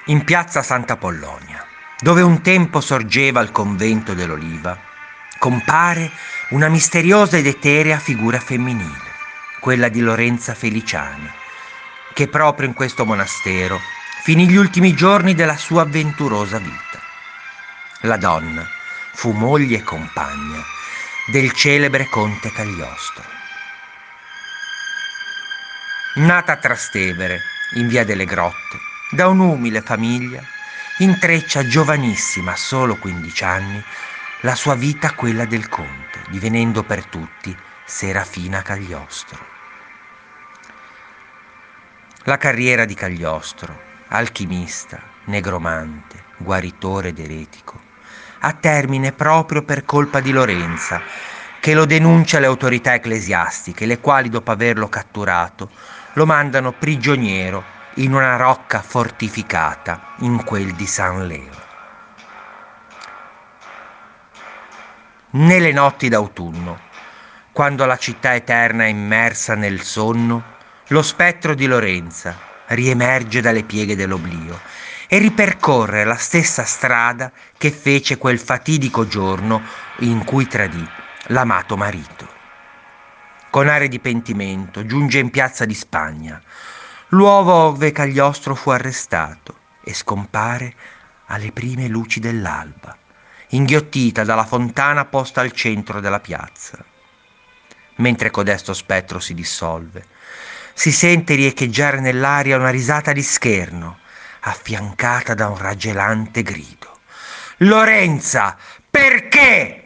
In piazza Santa Pollonia, dove un tempo sorgeva il convento dell'Oliva, compare una misteriosa ed eterea figura femminile, quella di Lorenza Feliciani, che proprio in questo monastero finì gli ultimi giorni della sua avventurosa vita. La donna fu moglie e compagna del celebre conte Cagliostro. Nata a Trastevere, in via delle Grotte, da un'umile famiglia, intreccia giovanissima, a solo 15 anni, la sua vita a quella del conte, divenendo per tutti Serafina Cagliostro. La carriera di Cagliostro, alchimista, negromante, guaritore ed eretico, ha termine proprio per colpa di Lorenza, che lo denuncia alle autorità ecclesiastiche, le quali, dopo averlo catturato, lo mandano prigioniero in una rocca fortificata, in quel di San Leo. Nelle notti d'autunno, quando la città eterna è immersa nel sonno, lo spettro di Lorenza riemerge dalle pieghe dell'oblio e ripercorre la stessa strada che fece quel fatidico giorno in cui tradì l'amato marito. Con aria di pentimento giunge in piazza di Spagna, luogo ove Cagliostro fu arrestato, e scompare alle prime luci dell'alba, inghiottita dalla fontana posta al centro della piazza. Mentre codesto spettro si dissolve, si sente riecheggiare nell'aria una risata di scherno, affiancata da un raggelante grido. Lorenza, perché?